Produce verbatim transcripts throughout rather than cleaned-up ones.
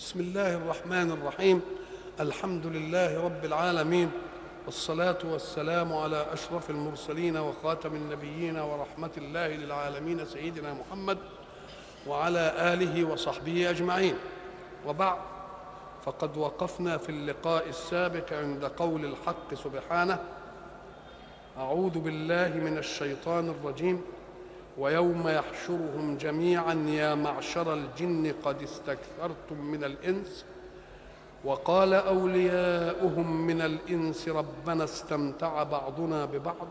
بسم الله الرحمن الرحيم. الحمد لله رب العالمين، والصلاة والسلام على أشرف المرسلين وخاتم النبيين ورحمة الله للعالمين سيدنا محمد وعلى آله وصحبه أجمعين. وبعد، فقد وقفنا في اللقاء السابق عند قول الحق سبحانه: أعوذ بالله من الشيطان الرجيم: ويوم يحشرهم جميعا يا معشر الجن قد استكثرتم من الإنس وقال أولياؤهم من الإنس ربنا استمتع بعضنا ببعض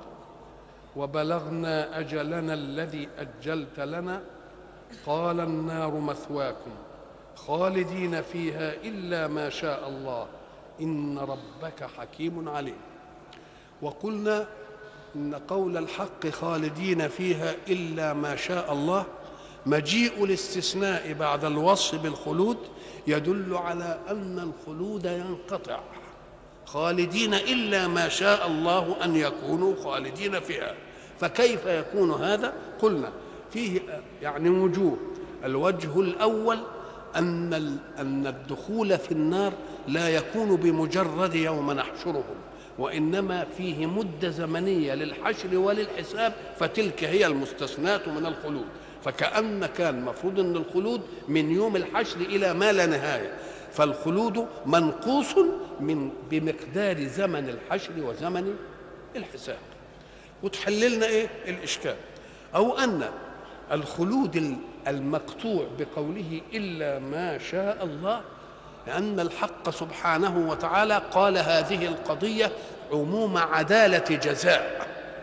وبلغنا أجلنا الذي أجلت لنا قال النار مثواكم خالدين فيها إلا ما شاء الله إن ربك حكيم عليم. وقلنا إن قول الحق خالدين فيها إلا ما شاء الله مجيء الاستثناء بعد الوصف بالخلود يدل على أن الخلود ينقطع، خالدين إلا ما شاء الله أن يكونوا خالدين فيها. فكيف يكون هذا؟ قلنا فيه يعني وجوه. الوجه الأول أن أن الدخول في النار لا يكون بمجرد يوم نحشرهم، وإنما فيه مدة زمنية للحشر وللحساب، فتلك هي المستثناة من الخلود. فكأن كان مفروض أن الخلود من يوم الحشر إلى ما لا نهاية، فالخلود منقوص من بمقدار زمن الحشر وزمن الحساب. وتحللنا إيه الإشكال؟ أو أن الخلود المقطوع بقوله إلا ما شاء الله، لأن الحق سبحانه وتعالى قال هذه القضية عموم عدالة جزاء،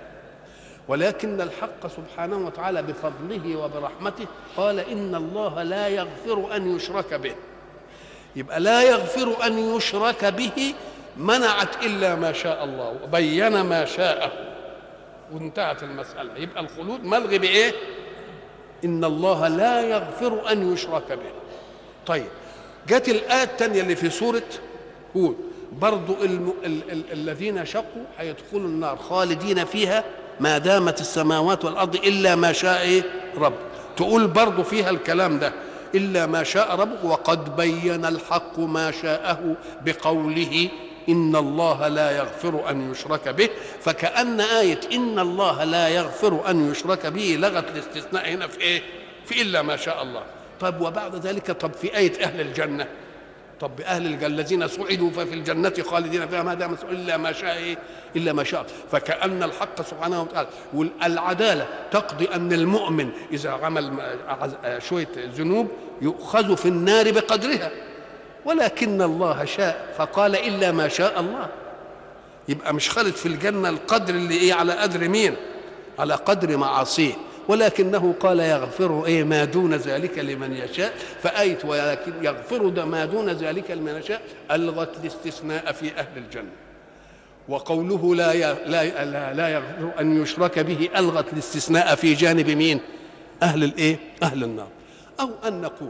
ولكن الحق سبحانه وتعالى بفضله وبرحمته قال إن الله لا يغفر أن يشرك به. يبقى لا يغفر أن يشرك به منعت إلا ما شاء الله وبين ما شاءه وانتهت المسألة. يبقى الخلود ملغي بإيه؟ إن الله لا يغفر أن يشرك به. طيب، جت الآية الثانية اللي في سورة هود برضو الم... ال... ال... الذين شقوا هيدخلوا النار خالدين فيها ما دامت السماوات والأرض إلا ما شاء إيه؟ رب. تقول برضو فيها الكلام ده إلا ما شاء رب، وقد بين الحق ما شاءه بقوله إن الله لا يغفر أن يشرك به. فكأن آية إن الله لا يغفر أن يشرك به لغت الاستثناء هنا في إيه؟ في إلا ما شاء الله. طب وبعد ذلك، طب في آية أهل الجنة، طب بأهل الجنة الذين سعدوا ففي الجنة خالدين فيها ما دام إلا ما شاء إيه؟ إلا ما شاء. فكأن الحق سبحانه وتعالى والعدالة تقضي أن المؤمن إذا عمل شوية ذنوب يؤخذ في النار بقدرها، ولكن الله شاء فقال إلا ما شاء الله. يبقى مش خالد في الجنة القدر اللي إيه؟ على قدر مين؟ على قدر معاصيه، ولكنه قال يغفر إيه ما دون ذلك لمن يشاء. فآية ولكن يغفر ما دون ذلك لمن يشاء ألغت الاستثناء في أهل الجنة. وقوله لا لا لا, لا يغفر أن يشرك به ألغت الاستثناء في جانب مين؟ أهل الإيه؟ أهل النار. أو أن نقول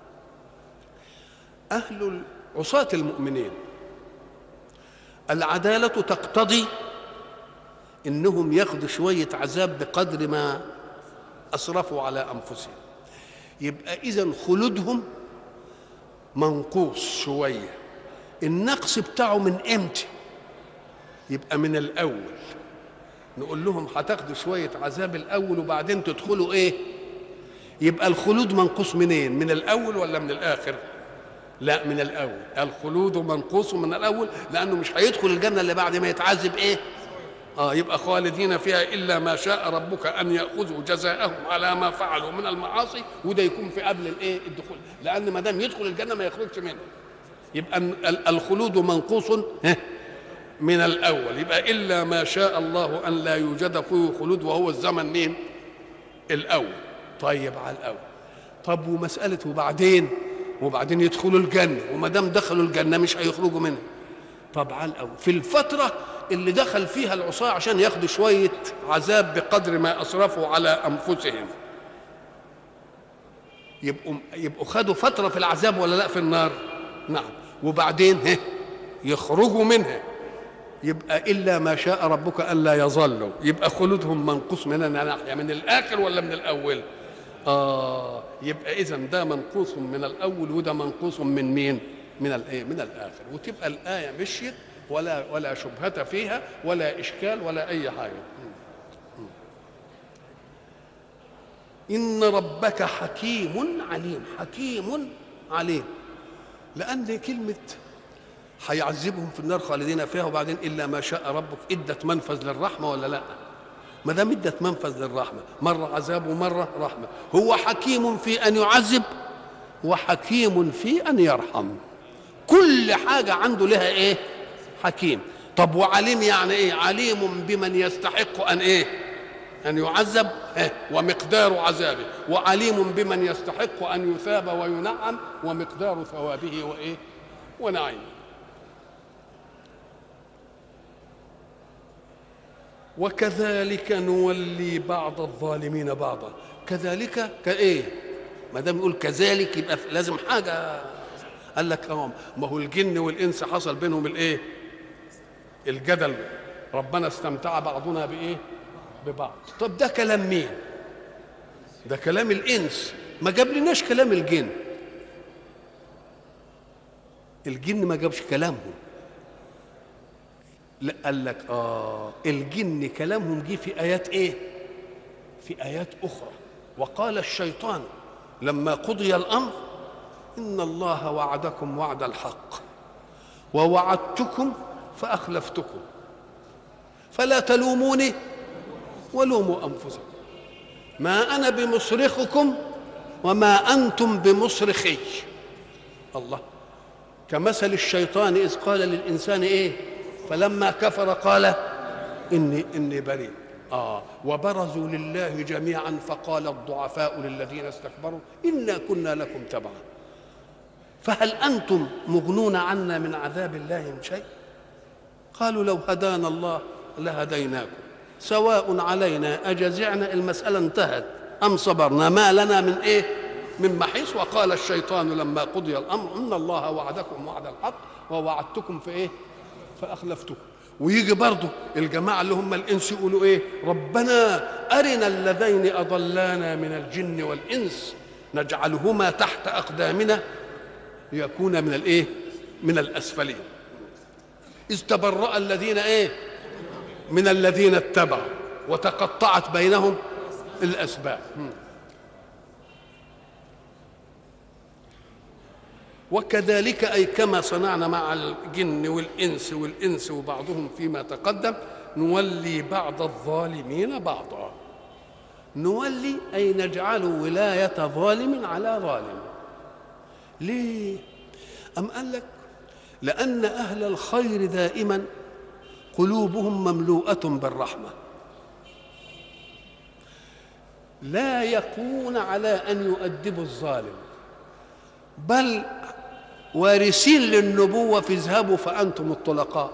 أهل عصاة المؤمنين العدالة تقتضي إنهم ياخذوا شوية عذاب بقدر ما أسرفوا على أنفسهم. يبقى إذن خلودهم منقوص شوية. النقص بتاعه من إمتى؟ يبقى من الأول. نقول لهم هتاخدوا شوية عذاب الأول وبعدين تدخلوا إيه؟ يبقى الخلود منقوص منين؟ من الأول ولا من الآخر؟ لا، من الأول. الخلود منقوص من الأول، لأنه مش هيدخل الجنة اللي بعد ما يتعذب إيه؟ آه يبقى خالدين فيها إلا ما شاء ربك أن يأخذوا جزاءهم على ما فعلوا من المعاصي، وده يكون في قبل الإيه؟ الدخول، لأن ما دام يدخل الجنة ما يخرجش منها. يبقى الخلود منقوص من الأول. يبقى إلا ما شاء الله أن لا يوجد فيه خلود، وهو الزمن مين؟ الأول. طيب على الأول. طب ومسألة وبعدين وبعدين يدخلوا الجنة، وما دام دخلوا الجنة مش هيخرجوا منها. طب على الأول في الفترة اللي دخل فيها العصاة عشان ياخدوا شوية عذاب بقدر ما أسرفوا على أنفسهم، يبقوا يبقوا خدوا فترة في العذاب ولا لا في النار؟ نعم. وبعدين ها يخرجوا منها. يبقى إلا ما شاء ربك ألا يظلوا. يبقى خلودهم منقوص من ناحية من الآخر ولا من الأول؟ اه يبقى اذا ده منقوص من الاول وده منقوص من مين؟ من الايه؟ من الاخر، وتبقى الايه مشيت ولا ولا شبهه فيها ولا اشكال ولا اي حاجه. ان ربك حكيم عليم. حكيم عليم، لان كلمه هيعذبهم في النار خالدين فيها وبعدين الا ما شاء ربك ادت منفذ للرحمه ولا لا؟ ما دام ادت منفذ للرحمه، مره عذاب ومره رحمه. هو حكيم في ان يعذب وحكيم في ان يرحم، كل حاجه عنده لها ايه؟ حكيم. طب وعليم يعني ايه؟ عليم بمن يستحق ان ايه؟ ان يعذب إيه؟ ومقدار عذابه، وعليم بمن يستحق ان يثاب وينعم ومقدار ثوابه وايه؟ ونعيمه. وكذلك نولي بعض الظالمين بعضا. كذلك كايه؟ ما دام يقول كذلك يبقى لازم حاجه. قال لك اه ما هو الجن والانس حصل بينهم الايه؟ الجدل، ربنا استمتع بعضنا بايه؟ ببعض. طب ده كلام مين؟ ده كلام الانس، ما جاب لناش كلام الجن. الجن ما جابش كلامهم، لا قال لك اه الجن كلامهم جه في ايات ايه؟ في ايات اخرى. وقال الشيطان لما قضي الامر ان الله وعدكم وعد الحق ووعدتكم فاخلفتكم فلا تلوموني ولوموا انفسكم ما انا بمصرخكم وما انتم بمصرخي. الله، كمثل الشيطان اذ قال للانسان ايه؟ فلما كفر قال إني إني بريء. آه وبرزوا لله جميعا فقال الضعفاء للذين استكبروا إنا كنا لكم تبعا فهل أنتم مغنون عنا من عذاب الله من شيء؟ قالوا لو هدانا الله لهديناكم سواء علينا أجزعنا، المسألة انتهت، أم صبرنا ما لنا من إيه؟ من محيص. وقال الشيطان لما قضي الأمر إن الله وعدكم وعد الحق ووعدتكم في إيه؟ فأخلفتكم. ويجي برضه الجماعة اللي هم الإنس يقولوا إيه؟ ربنا أرنا اللذين أضلانا من الجن والإنس نجعلهما تحت أقدامنا ليكون من الإيه؟ من الأسفلين. إذ تبرأ الذين إيه؟ من الذين اتبعوا وتقطعت بينهم الأسباب. وكذلك أي كما صنعنا مع الجن والإنس والإنس وبعضهم فيما تقدم نولي بعض الظالمين بعضا. نولي أي نجعل ولاية ظالم على ظالم. ليه؟ أم قال لك لأن أهل الخير دائما قلوبهم مملوءة بالرحمة، لا يقوون على أن يؤدبوا الظالم، بل وارثين للنبوة في اذهبوا فأنتم الطلقاء.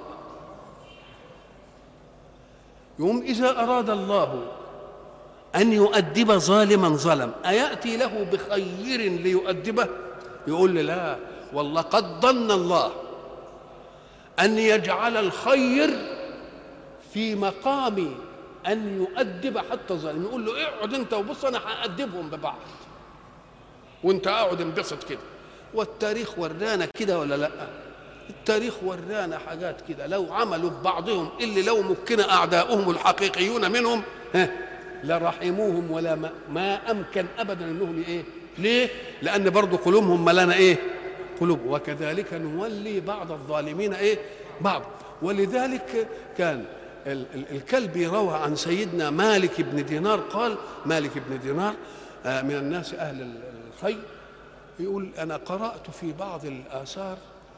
يوم إذا أراد الله أن يؤدب ظالما ظلم أيأتي له بخير ليؤدبه؟ يقول لي لا والله قد ظن الله أن يجعل الخير في مقام أن يؤدب حتى الظالم. يقول له اقعد أنت وبص أنا هأدبهم ببعض وأنت اقعد انبسط كده. والتاريخ ورانا كده ولا لا؟ التاريخ ورانا حاجات كده لو عملوا ببعضهم اللي لو مكن أعداؤهم الحقيقيون منهم ها لرحموهم ولا ما, ما أمكن أبدا أنهم إيه؟ ليه؟ لأن برضو قلوبهم ملانا إيه؟ قلوب. وكذلك نولي بعض الظالمين إيه؟ بعض. ولذلك كان الكلبي روى عن سيدنا مالك بن دينار قال مالك بن دينار من الناس أهل الخير يقول أنا قرأت في بعض الآثار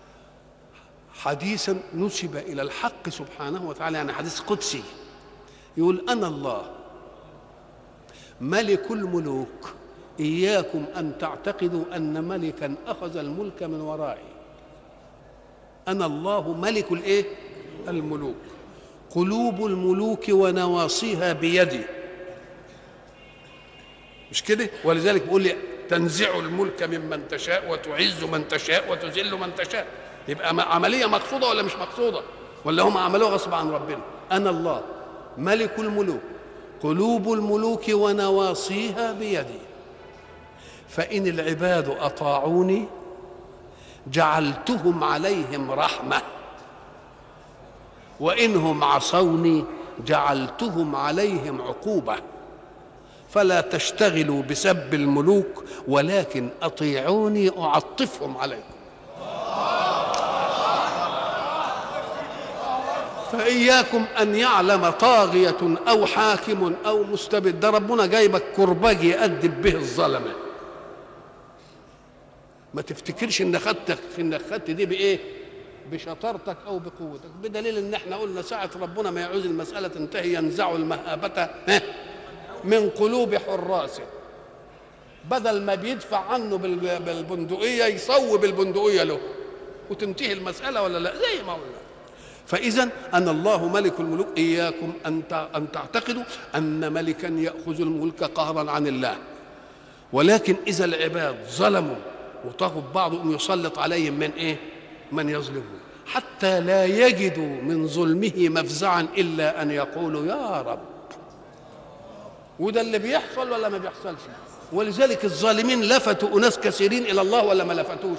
حديثا نسب إلى الحق سبحانه وتعالى، يعني حديث قدسي، يقول أنا الله ملك الملوك إياكم أن تعتقدوا أن ملكا أخذ الملك من ورائي. أنا الله ملك الإيه؟ الملوك، قلوب الملوك ونواصيها بيدي، مش كده؟ ولذلك بيقول لي تنزع الملك ممن تشاء وتعز من تشاء وتذل من تشاء. يبقى عملية مقصودة ولا مش مقصودة؟ ولا هم عملوها غصب عن ربنا؟ أنا الله ملك الملوك قلوب الملوك ونواصيها بيدي فإن العباد أطاعوني جعلتهم عليهم رحمة، وإنهم عصوني جعلتهم عليهم عقوبة. فلا تشتغلوا بسب الملوك ولكن أطيعوني أعطفهم عليكم. فإياكم أن يعلم طاغية أو حاكم أو مستبد، ده ربنا جايبك كرباج يأدب به الظلمة. ما تفتكرش إن خدتك إن خدت دي بإيه؟ بشطارتك أو بقوتك، بدليل إن إحنا قلنا ساعة ربنا ما يعوز المسألة تنتهي ينزع المهابة من قلوب حراسه، بدل ما بيدفع عنه بالبندقية يصوب البندقية له وتنتهي المسألة، ولا لا؟ زي ما قلنا. فإذا أن الله ملك الملوك، إياكم أن أن تعتقدوا أن ملكا يأخذ الملك قهرا عن الله، ولكن إذا العباد ظلموا وطغوا بعضهم يسلط عليهم من إيه؟ من يظلمهم، حتى لا يجدوا من ظلمه مفزعا إلا أن يقولوا يا رب. وده اللي بيحصل ولا ما بيحصلش؟ ولذلك الظالمين لفتوا أناس كثيرين إلى الله ولا ما لفتوش؟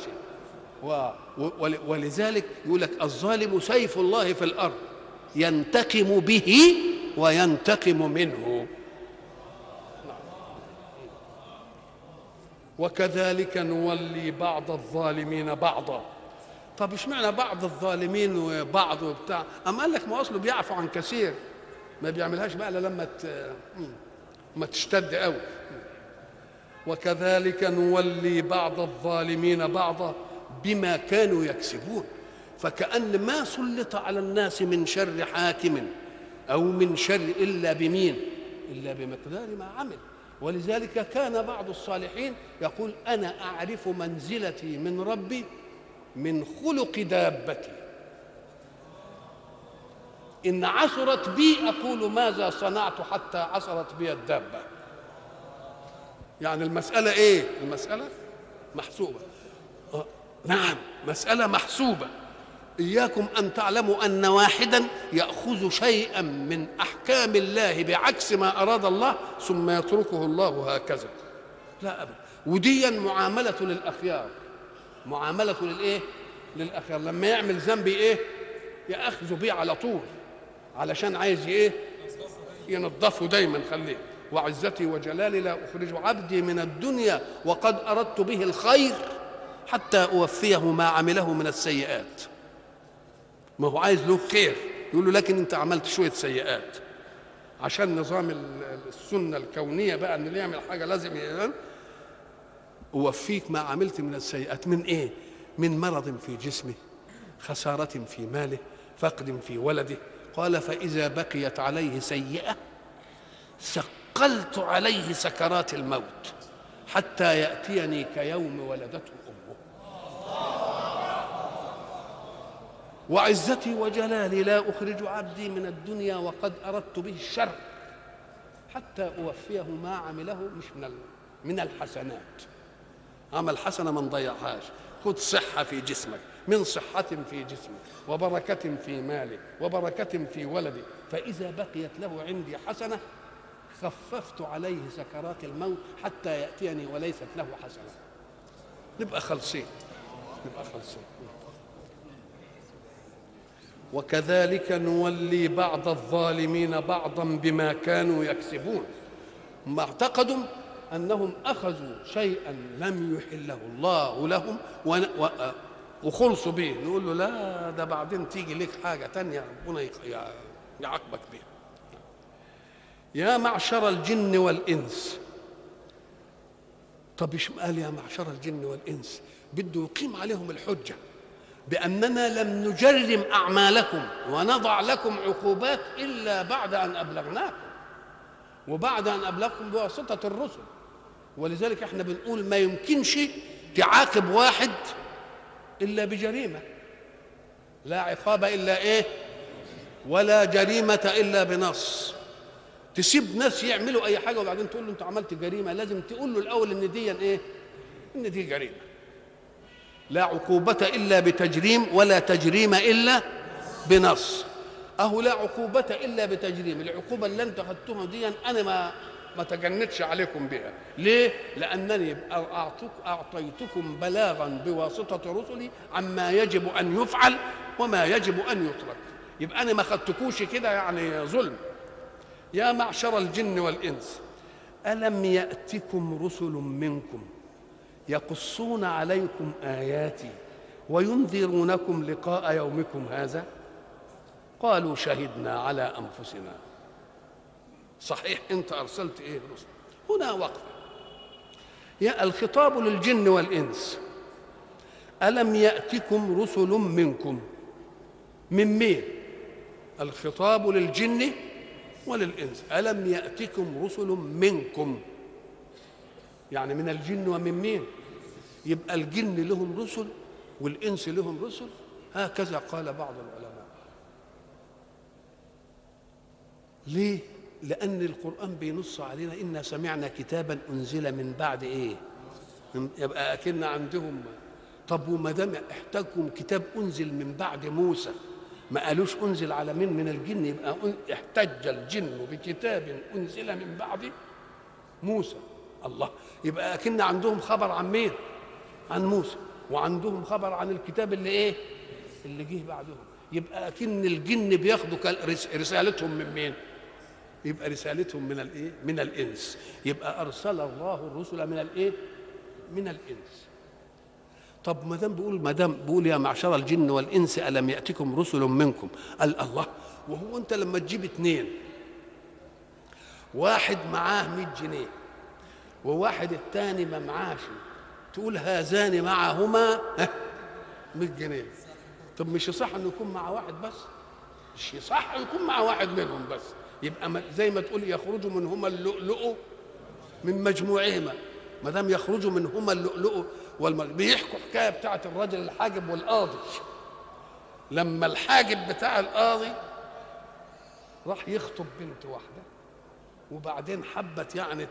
ولذلك يقول لك الظالم سيف الله في الأرض ينتقم به وينتقم منه. وكذلك نولي بعض الظالمين بعضا. طب اشمعنى بعض الظالمين وبعض وبتاع؟ أما قال لك ما أصله بيعفو عن كثير، ما بيعملهاش بقى إلا لما ما تشتد قوي. وكذلك نولي بعض الظالمين بعضا بما كانوا يكسبون. فكأن ما سلط على الناس من شر حاكم أو من شر إلا بمين؟ إلا بمقدار ما عمل. ولذلك كان بعض الصالحين يقول أنا أعرف منزلتي من ربي من خلق دابتي، إن عثرت بي أقول ماذا صنعت حتى عثرت بي الدابة. يعني المسألة إيه؟ المسألة محسوبة. آه نعم، مسألة محسوبة. إياكم أن تعلموا أن واحدا يأخذ شيئا من أحكام الله بعكس ما أراد الله ثم يتركه الله هكذا، لا أبدا. وديا معاملة للأخيار، معاملة للإيه؟ للأخيار. لما يعمل ذنب إيه؟ يأخذ بيه على طول علشان عايز إيه؟ ينظفه دايما. خليه وعزتي وجلالي لا أخرج عبدي من الدنيا وقد أردت به الخير حتى أوفيه ما عمله من السيئات. ما هو عايز له خير، يقول له لكن أنت عملت شوية سيئات. عشان نظام السنة الكونية بقى أن اللي يعمل حاجة لازم أوفيك ما عملت من السيئات. من إيه؟ من مرض في جسمه، خسارة في ماله، فقد في ولده. قال فإذا بقيت عليه سيئة ثقلت عليه سكرات الموت حتى يأتيني كيوم ولدته أمه. وعزتي وجلالي لا أخرج عبدي من الدنيا وقد أردت به الشر حتى أوفيه ما عمله مش من من الحسنات. عمل حسنة ما نضيعهاش. خذ صحة في جسمك، من صحة في جسمك وبركة في مالك وبركة في ولدك، فإذا بقيت له عندي حسنة خففت عليه سكرات الموت حتى يأتيني وليست له حسنة. نبقى خلصين، نبقى خلصين. وكذلك نولي بعض الظالمين بعضا بما كانوا يكسبون. هم اعتقدوا أنهم أخذوا شيئا لم يحله الله لهم وخلصوا به. نقول له لا، ده بعدين تيجي لك حاجة تانية ربنا يعاقبك بها. يا معشر الجن والإنس. طب ايش قال يا معشر الجن والإنس؟ بده يقيم عليهم الحجة بأننا لم نجرم أعمالكم ونضع لكم عقوبات إلا بعد أن أبلغناكم، وبعد أن أبلغكم بواسطة الرسل. ولذلك احنا بنقول ما يمكنش تعاقب واحد إلا بجريمة، لا عقاب إلا إيه؟ ولا جريمة إلا بنص. تسيب ناس يعملوا أي حاجة وبعدين تقول له أنت عملت جريمة، لازم تقول له الأول إن دي إيه؟ إن دي جريمة. لا عقوبة إلا بتجريم ولا تجريم إلا بنص. أهو لا عقوبة إلا بتجريم. العقوبة اللي أنت خدتها دي أنا ما ما تجندش عليكم بها. ليه؟ لانني اعطيتكم بلاغا بواسطه رسلي عما يجب ان يفعل وما يجب ان يترك. يبقى انا ما خدتكوش كده يعني ظلم. يا معشر الجن والانس الم ياتكم رسل منكم يقصون عليكم اياتي وينذرونكم لقاء يومكم هذا؟ قالوا شهدنا على انفسنا. صحيح انت ارسلت ايه رسل. هنا وقفه. يا الخطاب للجن والانس. الم ياتكم رسل منكم. من مين؟ الخطاب للجن وللانس. الم ياتكم رسل منكم، يعني من الجن ومن مين؟ يبقى الجن لهم رسل والانس لهم رسل. هكذا قال بعض العلماء. ليه؟ لأن القرآن بينص علينا إنا سمعنا كتابا أنزل من بعد إيه؟ يبقى أكن عندهم. طب وما دام احتاجكم كتاب أنزل من بعد موسى، ما قالوش أنزل على مين من الجن؟ يبقى احتج الجن بكتاب أنزل من بعد موسى. الله، يبقى أكن عندهم خبر عن مين؟ عن موسى، وعندهم خبر عن الكتاب اللي إيه؟ اللي جه بعدهم. يبقى أكن الجن بياخدوا رسالتهم من مين؟ يبقى رسالتهم من الايه؟ من الانس. يبقى ارسل الله الرسل من الايه؟ من الانس. طب ما دام بيقول ما دام بيقول يا معشر الجن والانس الم ياتكم رسل منكم، قال الله، وهو انت لما تجيب اثنين، واحد معاه مئة جنيه وواحد الثاني ما معاش، تقول هذان معهما مئة جنيه. طب مش يصح انه يكون مع واحد بس؟ مش يصح يكون مع واحد منهم بس. يبقى زي ما تقول يخرج منهما اللؤلؤ من مجموعهما. ما دام يخرج منهما اللؤلؤ والمرجان. بيحكوا حكايه بتاعت الرجل الحاجب والقاضي. لما الحاجب بتاع القاضي راح يخطب بنت واحده، وبعدين حبت يعني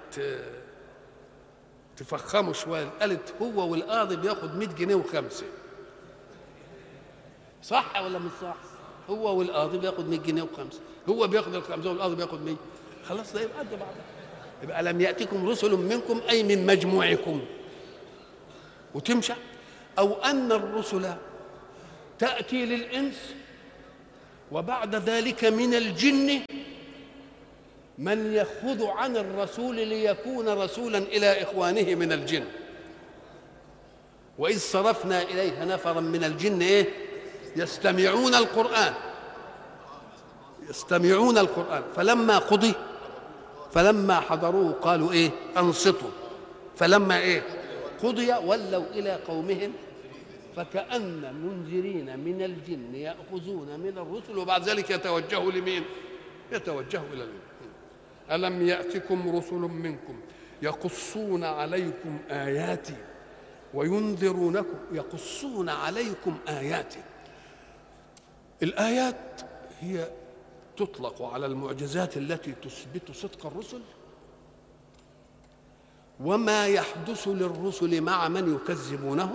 تفخمه شويه، قالت هو والقاضي بياخد مئة جنيه وخمسه. صح ولا مش صح؟ هو والقاضي بياخد مئة جنيه وخمسه، هو بياخد الخمسه والقاضي بياخد مئة. خلاص ده يبقى قد بعض. يبقى لم ياتكم رسل منكم اي من مجموعكم وتمشى. او ان الرسل تاتي للانس وبعد ذلك من الجن من يأخذ عن الرسول ليكون رسولا الى اخوانه من الجن. واذ صرفنا اليها نفرا من الجن ايه؟ يستمعون القرآن يستمعون القرآن فلما قضي فلما حضروه قالوا ايه؟ انصتوا. فلما ايه؟ قضي ولوا الى قومهم فكأن منذرين من الجن يأخذون من الرسل وبعد ذلك يتوجهوا لمين؟ يتوجهوا الى المين. ألم يأتكم رسل منكم يقصون عليكم آياتي وينذرونكم. يقصون عليكم آياتي. الآيات هي تطلق على المعجزات التي تثبت صدق الرسل وما يحدث للرسل مع من يكذبونهم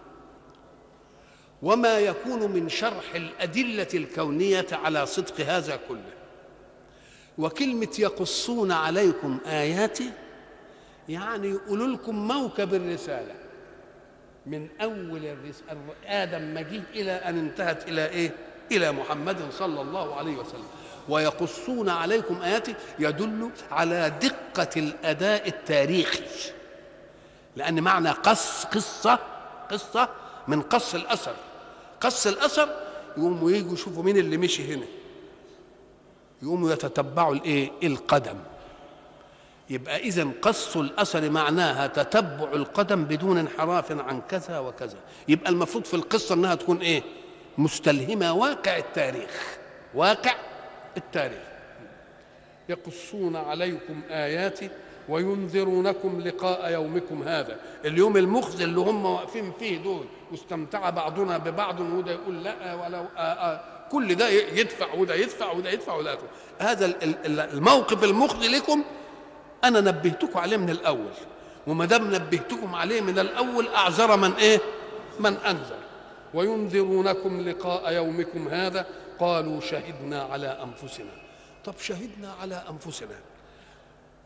وما يكون من شرح الأدلة الكونية على صدق هذا كله. وكلمة يقصون عليكم آياتي يعني يقولوا لكم موكب الرسالة من أول الرسالة آدم ما جه إلى أن انتهت إلى إيه؟ إلى محمد صلى الله عليه وسلم. ويقصون عليكم آياتي يدل على دقة الأداء التاريخي، لأن معنى قص قصة قصة من قص الأثر. قص الأثر يقوموا يجوا يشوفوا مين اللي مشي هنا، يقوموا يتتبعوا الإيه؟ القدم. يبقى إذن قص الأثر معناها تتبع القدم بدون انحراف عن كذا وكذا. يبقى المفروض في القصة أنها تكون إيه؟ مستلهمة واقع التاريخ. واقع التاريخ. يقصون عليكم آياتي وينذرونكم لقاء يومكم هذا. اليوم المخزي اللي هم واقفين فيه دول واستمتع بعضنا ببعض وده يقول لا ولو آآ آآ كل ده يدفع وده يدفع وده يدفع وده يدفع. هذا الموقف المخزي لكم أنا نبهتكم عليه من الأول، وما دام نبهتكم عليه من الأول أعذر من إيه؟ من أنذر. وينذرونكم لقاء يومكم هذا قالوا شهدنا على أنفسنا. طب شهدنا على أنفسنا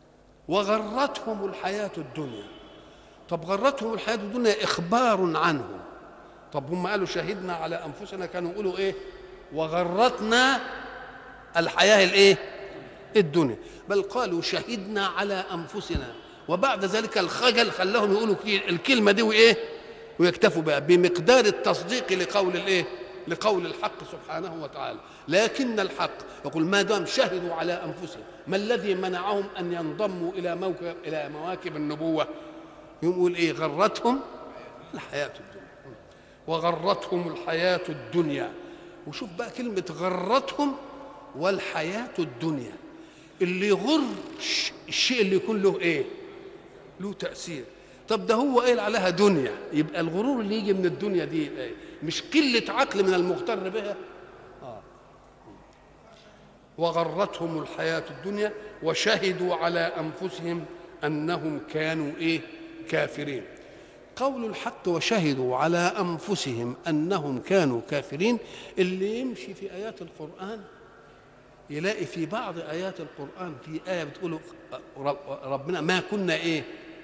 وغرتهم الحياة الدنيا. طب غرتهم الحياة الدنيا إخبار عنهم. طب هم قالوا شهدنا على أنفسنا، كانوا يقولوا إيه؟ وغرتنا الحياة الإيه؟ الدنيا. بل قالوا شهدنا على أنفسنا، وبعد ذلك الخجل خلاهم يقولوا الكلمة دي وإيه؟ ويكتفوا بها بمقدار التصديق لقول الإيه؟ لقول الحق سبحانه وتعالى. لكن الحق يقول ما دام شهدوا على أنفسهم، ما الذي منعهم أن ينضموا إلى موكب إلى مواكب النبوة؟ يقول إيه؟ غرتهم الحياة الدنيا، وغرتهم الحياة الدنيا. وشوف بقى كلمة غرتهم والحياة الدنيا، اللي يغر الشيء اللي يكون له إيه؟ له تأثير. طب ده هو قايل عليها دنيا، يبقى الغرور اللي يجي من الدنيا دي إيه؟ مش قلة عقل من المغتر بها. آه. وغرتهم الحياة الدنيا وشهدوا على أنفسهم أنهم كانوا إيه؟ كافرين. قول الحق وشهدوا على أنفسهم أنهم كانوا كافرين، اللي يمشي في آيات القرآن يلاقي في بعض آيات القرآن في آية بتقول ربنا ما كنا إيه؟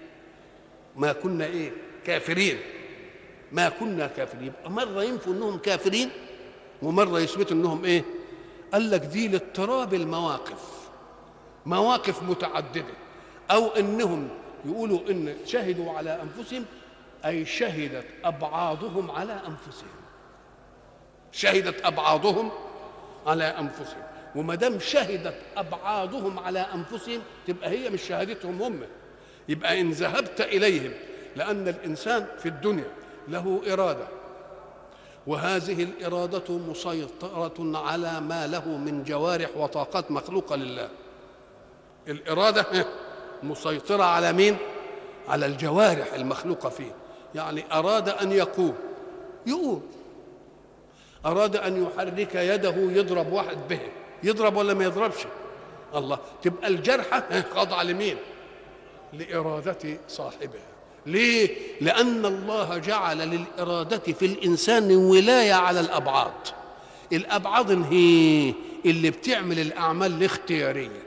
ما كنا إيه؟ كافرين. ما كنا كافرين. يبقى مرة ينفوا أنهم كافرين ومرة يثبتوا أنهم إيه؟ قال لك دي لاضطراب المواقف، مواقف متعددة، أو أنهم يقولوا إن شهدوا على أنفسهم أي شهدت أبعاضهم على أنفسهم. شهدت أبعاضهم على أنفسهم، وما دام شهدت أبعاضهم على أنفسهم تبقى هي مش شهادتهم هم. يبقى إن ذهبت إليهم، لأن الإنسان في الدنيا له إرادة، وهذه الإرادة مسيطرة على ما له من جوارح وطاقات مخلوقة لله. الإرادة مسيطرة على مين؟ على الجوارح المخلوقة فيه. يعني أراد أن يقوم يقوم، أراد أن يحرك يده يضرب واحد به، يضرب ولا ما يضربش؟ الله. تبقى الجرحة خاضعة لمين؟ لإرادة صاحبها. ليه؟ لأن الله جعل للإرادة في الإنسان ولاية على الأبعاد. الأبعاد هي اللي بتعمل الأعمال الاختيارية،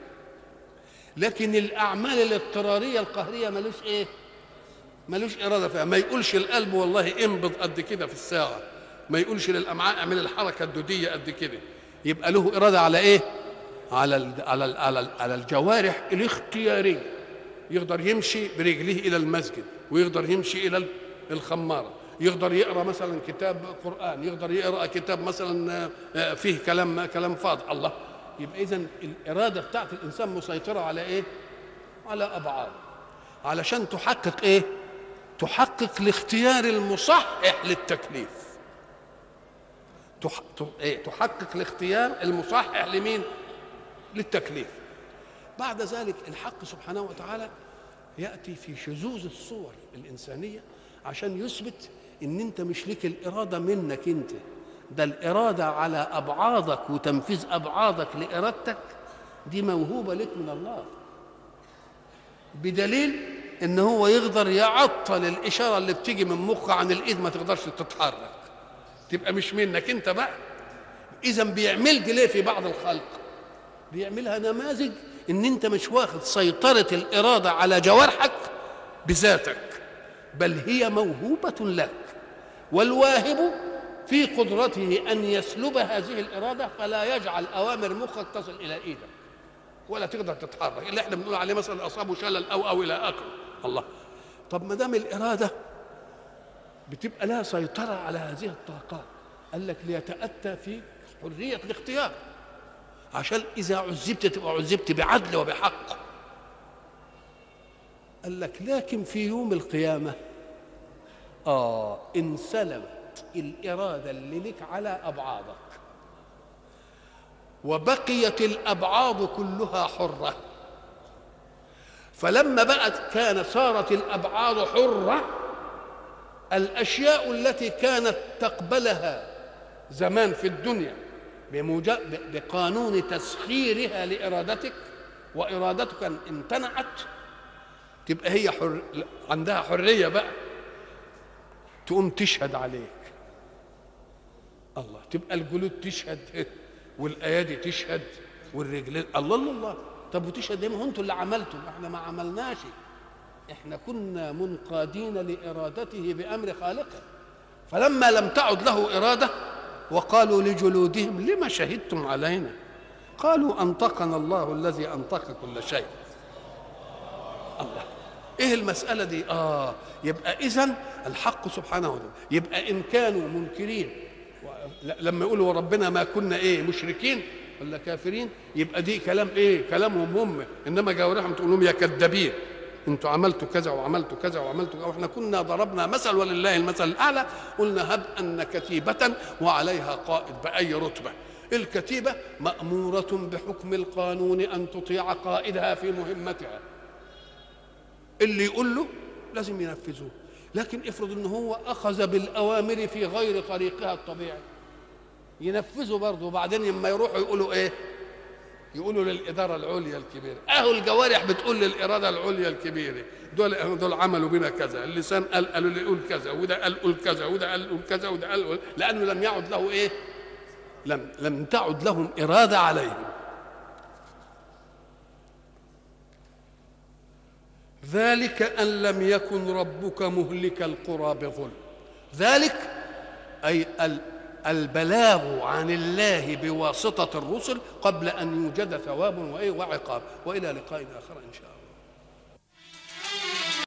لكن الأعمال الاضطرارية القهرية ملوش إيه؟ ملوش إرادة فيها. ما يقولش القلب والله انبض قد كده في الساعة، ما يقولش للأمعاء اعمل الحركة الدودية قد كده. يبقى له إرادة على إيه؟ على ال على ال على, ال على الجوارح الاختيارية. يقدر يمشي برجله إلى المسجد، ويقدر يمشي إلى الخمارة، يقدر يقرأ مثلا كتاب قرآن، يقدر يقرأ كتاب مثلا فيه كلام كلام فاضي. الله. يبقى إذن الإرادة بتاعت الإنسان مسيطرة على إيه؟ على أبعاد، علشان تحقق إيه؟ تحقق الاختيار المصحح للتكليف. تح... تحقق الاختيار المصحح لمين؟ للتكليف. بعد ذلك الحق سبحانه وتعالى يأتي في شذوذ الصور الإنسانية عشان يثبت إن أنت مش لك الإرادة منك أنت، ده الإرادة على أبعادك وتنفيذ أبعادك لإرادتك دي موهوبة لك من الله، بدليل إن هو يقدر يعطل الإشارة اللي بتيجي من مخه عن الإيد ما تقدرش تتحرك، تبقى مش منك أنت بقى. إذا بيعمل دي ليه في بعض الخلق؟ بيعملها نماذج إن أنت مش واخد سيطرة الإرادة على جوارحك بذاتك، بل هي موهوبة لك، والواهب في قدرته أن يسلب هذه الإرادة فلا يجعل أوامر مخك تصل إلى إيدك ولا تقدر تتحرك، اللي احنا بنقول عليه مثلا أصابه شلل أو أو إلى آخره. الله. طب ما دام الإرادة بتبقى لها سيطرة على هذه الطاقات، قال لك ليتأتى في حرية الاختيار، عشان إذا عذبت تبقى عذبت بعدل وبحق. قال لك لكن في يوم القيامة آه انسلبت الإرادة اللي لك على أبعادك، وبقيت الأبعاد كلها حرة. فلما بقت كان صارت الأبعاد حرة، الأشياء التي كانت تقبلها زمان في الدنيا بقانون تسخيرها لإرادتك وإرادتك امتنعت، تبقى هي حر... عندها حرية بقى، تقوم تشهد عليك. الله. تبقى الجلود تشهد والأيادي تشهد والرجلين. الله الله الله. طب وتشهد ما هو انتوا اللي عملتوا؟ احنا ما عملناش، احنا كنا منقادين لارادته بامر خالقه. فلما لم تعد له اراده وقالوا لجلودهم لما شهدتم علينا؟ قالوا انطقنا الله الذي انطق كل شيء. الله، ايه المساله دي؟ اه يبقى اذن الحق سبحانه وتعالى، يبقى ان كانوا منكرين لما يقولوا ربنا ما كنا ايه مشركين ولا كافرين، يبقى دي كلام ايه؟ كلامهم هم، انما جوارحهم تقول لهم يا كذابين انتوا عملتوا كذا وعملتوا كذا وعملتوا كذا، واحنا كنا ضربنا مثل ولله المثل الاعلى. قلنا هب ان كتيبه وعليها قائد باي رتبه. الكتيبه ماموره بحكم القانون ان تطيع قائدها في مهمتها، اللي يقول له لازم ينفذوه. لكن افرض ان هو اخذ بالاوامر في غير طريقها الطبيعي، ينفذوا برضه، وبعدين لما يروحوا يقولوا ايه؟ يقولوا للاداره العليا الكبيره. اهو الجوارح بتقول للاراده العليا الكبيره دول دول عملوا بنا كذا، اللسان قال قالوا لي قول كذا، وده قال قول كذا، وده قال قول كذا، وده قال قول، لانه لم يعد له ايه؟ لم لم تعد لهم اراده عليهم. ذلك ان لم يكن ربك مهلك القرى بظلم. ذلك اي البلاغ عن الله بواسطة الرسل قبل أن يوجد ثواب وعقاب. وإلى لقاء آخر إن شاء الله.